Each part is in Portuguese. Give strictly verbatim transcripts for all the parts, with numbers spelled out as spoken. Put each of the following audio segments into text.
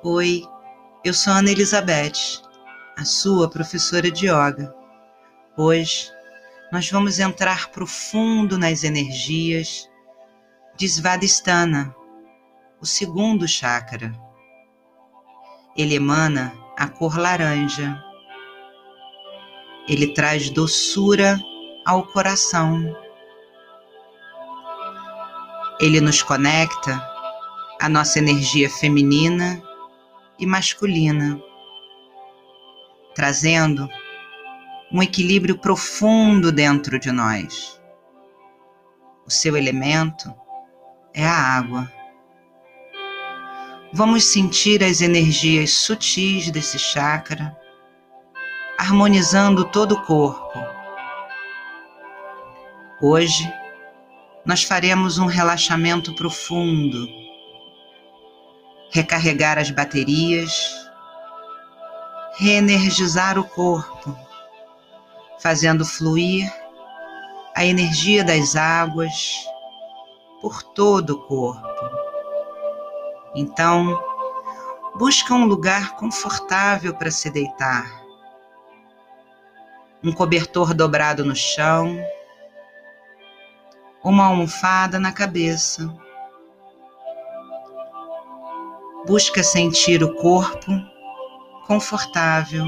Oi, eu sou Ana Elizabeth, a sua professora de yoga. Hoje nós vamos entrar profundo nas energias de Svadhisthana, o segundo chakra. Ele emana a cor laranja. Ele traz doçura ao coração. Ele nos conecta à nossa energia feminina e masculina, trazendo um equilíbrio profundo dentro de nós. O seu elemento é a água. Vamos sentir as energias sutis desse chakra, harmonizando todo o corpo. Hoje, nós faremos um relaxamento profundo, recarregar as baterias, reenergizar o corpo, fazendo fluir a energia das águas por todo o corpo. Então, busca um lugar confortável para se deitar. Um cobertor dobrado no chão, uma almofada na cabeça. Busca sentir o corpo confortável.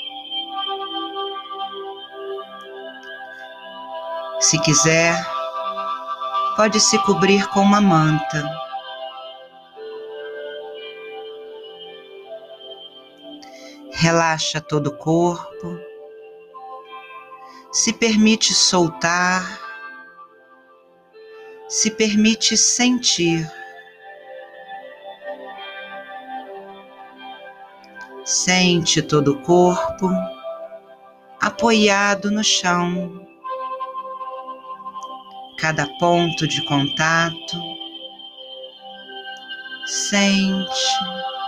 Se quiser, pode se cobrir com uma manta. Relaxa todo o corpo. Se permite soltar. Se permite sentir. Sente todo o corpo apoiado no chão. Cada ponto de contato. Sente.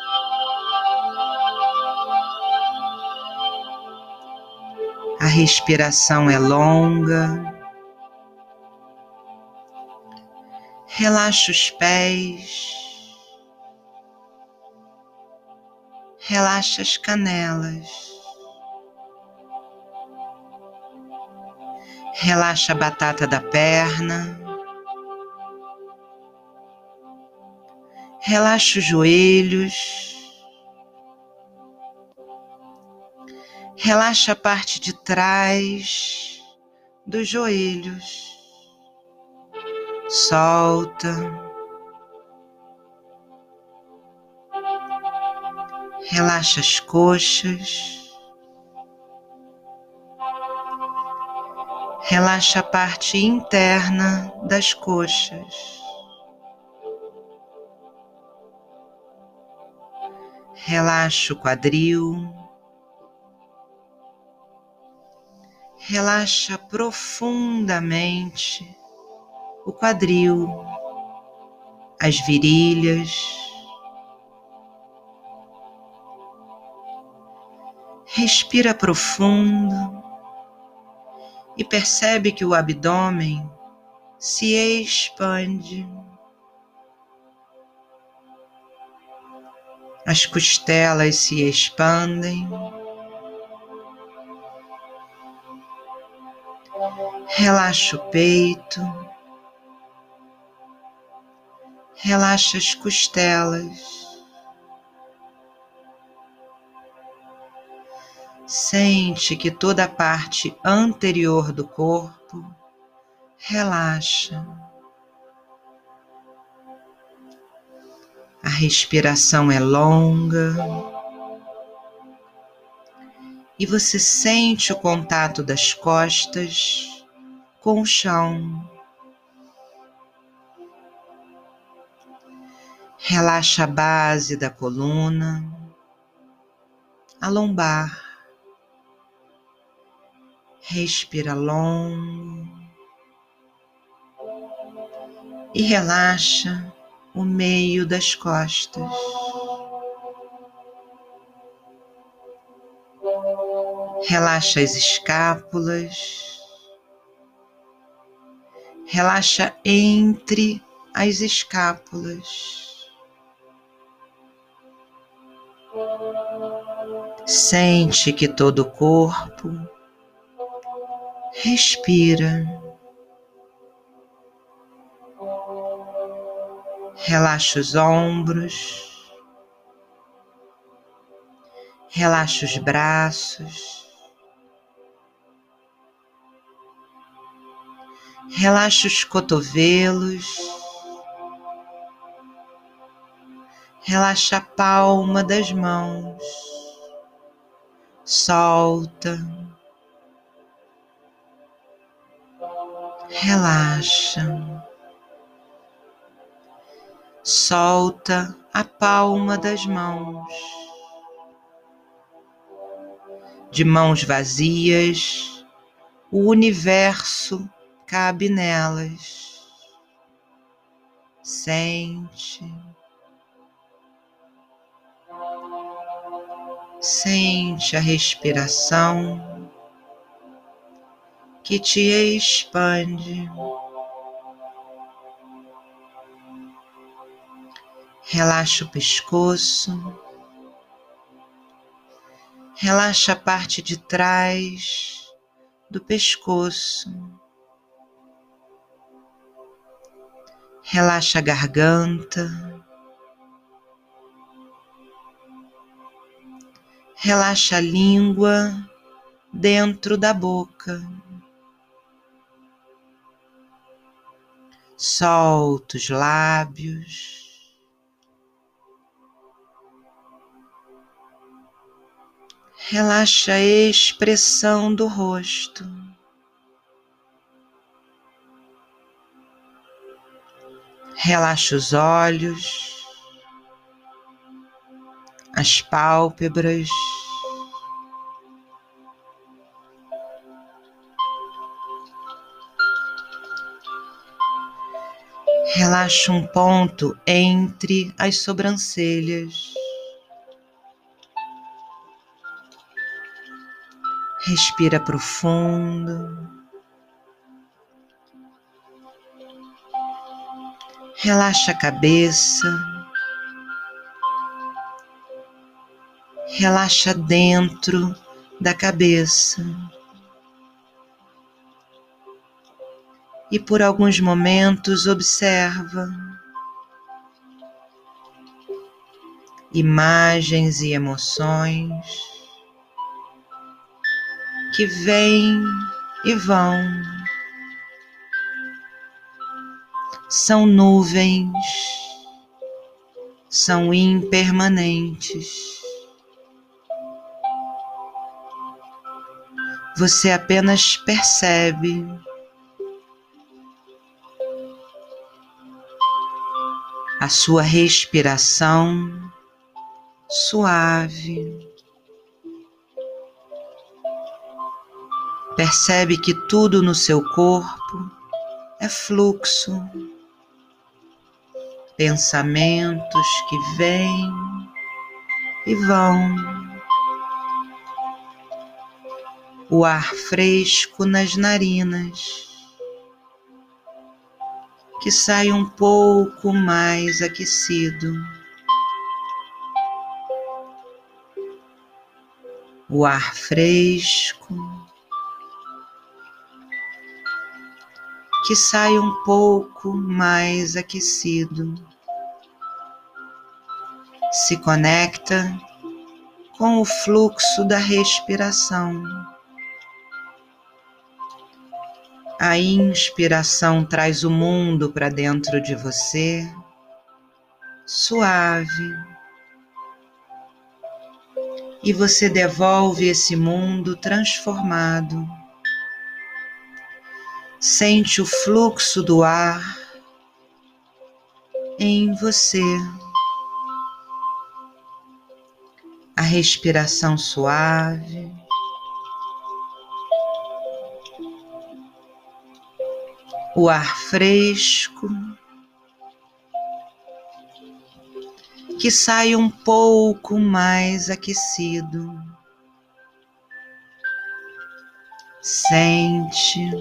A respiração é longa. Relaxa os pés. Relaxa as canelas. Relaxa a batata da perna. Relaxa os joelhos. Relaxa a parte de trás dos joelhos. Solta. Relaxa as coxas. Relaxa a parte interna das coxas. Relaxa o quadril. Relaxa profundamente o quadril, as virilhas. Respira profundo e percebe que o abdômen se expande. As costelas se expandem. Relaxa o peito. Relaxa as costelas. Sente que toda a parte anterior do corpo relaxa. A respiração é longa. E você sente o contato das costas com o chão. Relaxa a base da coluna, a lombar. Respira longo e relaxa o meio das costas. Relaxa as escápulas. Relaxa entre as escápulas. Sente que todo o corpo respira. Relaxa os ombros, relaxa os braços, relaxa os cotovelos, relaxa a palma das mãos, solta, relaxa, solta a palma das mãos. De mãos vazias, o universo cabe nelas. Sente, sente a respiração que te expande. Relaxa o pescoço, relaxa a parte de trás do pescoço, relaxa a garganta, relaxa a língua dentro da boca, solta os lábios, relaxa a expressão do rosto, relaxa os olhos, as pálpebras, relaxa um ponto entre as sobrancelhas. Respira profundo. Relaxa a cabeça. Relaxa dentro da cabeça. E por alguns momentos observa imagens e emoções que vêm e vão. São nuvens, são impermanentes. Você apenas percebe. A sua respiração suave. Percebe que tudo no seu corpo é fluxo. Pensamentos que vêm e vão. O ar fresco nas narinas, que sai um pouco mais aquecido. O ar fresco, que sai um pouco mais aquecido. Se conecta com o fluxo da respiração. A inspiração traz o mundo para dentro de você, suave. E você devolve esse mundo transformado. Sente o fluxo do ar em você. A respiração suave. O ar fresco, que sai um pouco mais aquecido. Sente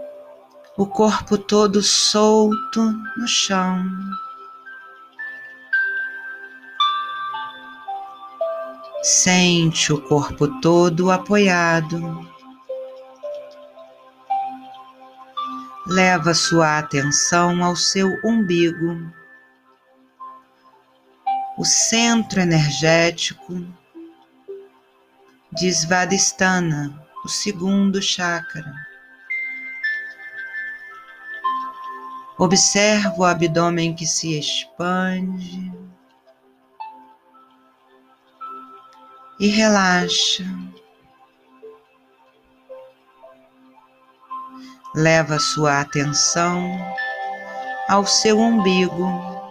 o corpo todo solto no chão. Sente o corpo todo apoiado. Leva sua atenção ao seu umbigo, o centro energético de Svadhisthana, o segundo chakra. Observa o abdômen que se expande e relaxa. Leva sua atenção ao seu umbigo.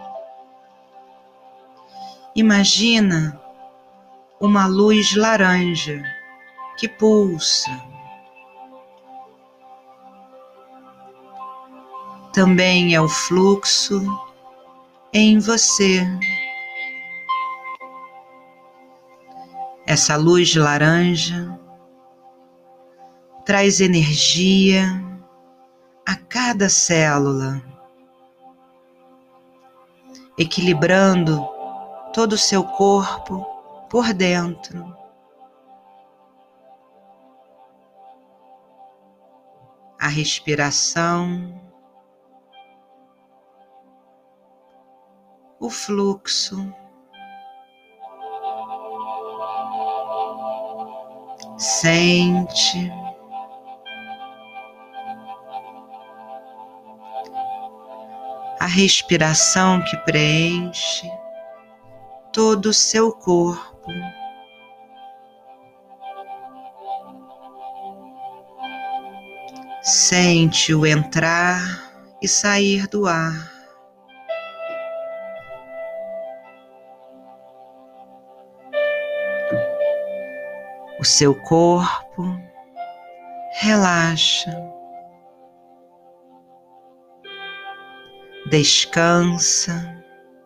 Imagina uma luz laranja que pulsa. Também é o fluxo em você. Essa luz laranja traz energia a cada célula, equilibrando todo o seu corpo por dentro. A respiração, o fluxo, sente a respiração que preenche todo o seu corpo. Sente o entrar e sair do ar. O seu corpo relaxa. Descansa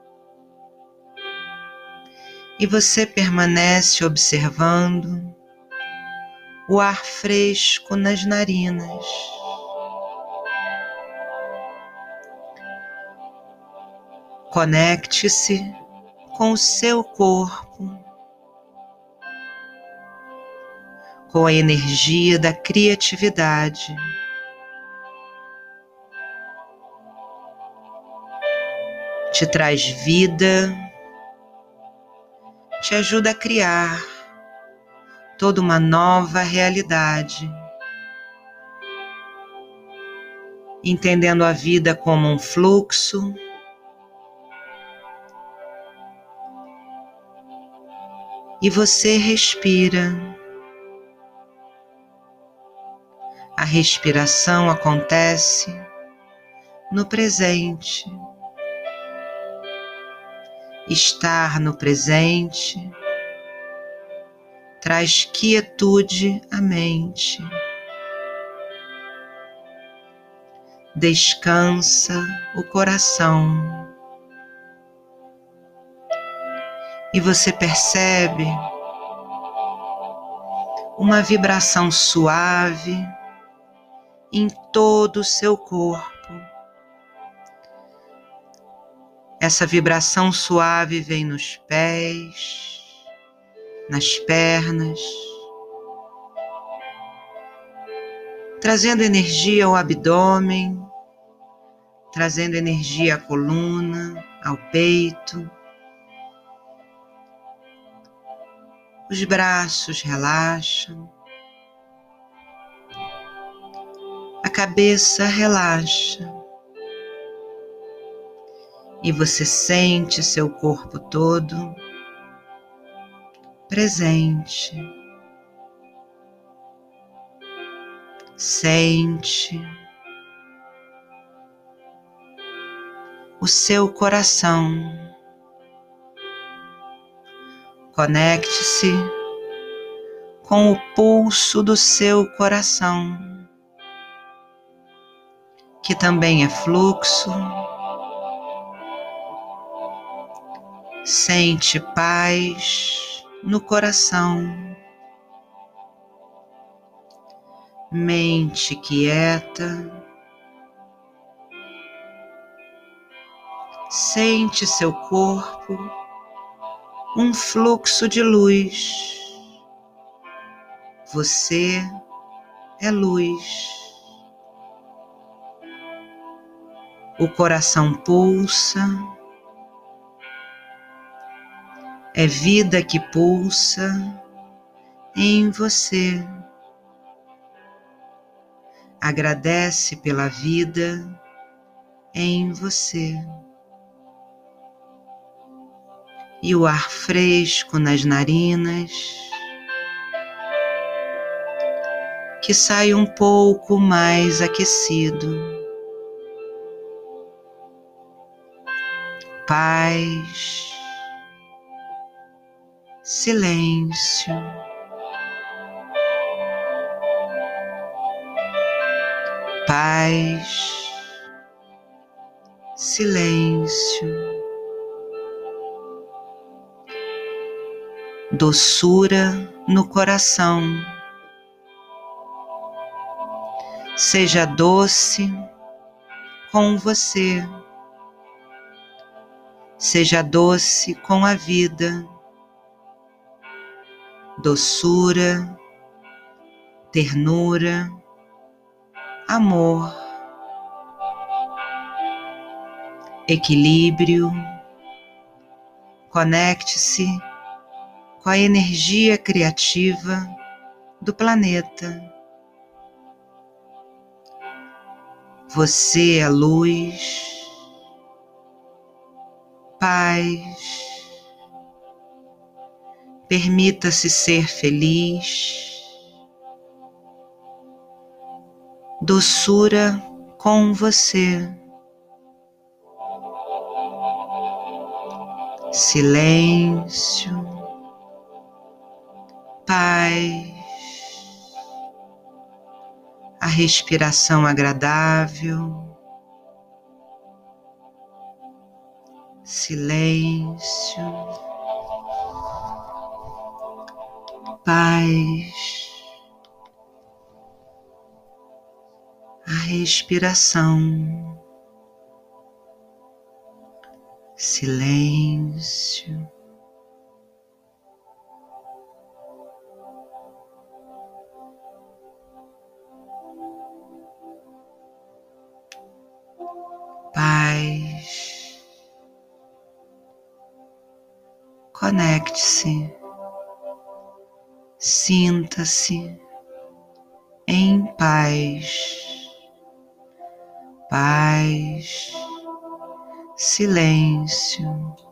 e você permanece observando o ar fresco nas narinas. Conecte-se com o seu corpo, com a energia da criatividade. Te traz vida, te ajuda a criar toda uma nova realidade, entendendo a vida como um fluxo, e você respira. A respiração acontece no presente. Estar no presente traz quietude à mente. Descansa o coração. E você percebe uma vibração suave em todo o seu corpo. Essa vibração suave vem nos pés, nas pernas, trazendo energia ao abdômen, trazendo energia à coluna, ao peito. Os braços relaxam, a cabeça relaxa. E você sente seu corpo todo presente. Sente o seu coração. Conecte-se com o pulso do seu coração, que também é fluxo. Sente paz no coração, mente quieta. Sente seu corpo um fluxo de luz. Você é luz. O coração pulsa, é vida que pulsa em você. Agradece pela vida em você. E o ar fresco nas narinas, que sai um pouco mais aquecido. Paz, silêncio, paz, silêncio, doçura no coração. Seja doce com você. Seja doce com a vida. Doçura, ternura, amor, equilíbrio. Conecte-se com a energia criativa do planeta. Você é luz, paz. Permita-se ser feliz. Doçura com você. Silêncio, paz, a respiração agradável, silêncio, paz, a respiração, silêncio, paz. Conecte-se, sinta-se em paz, paz, silêncio,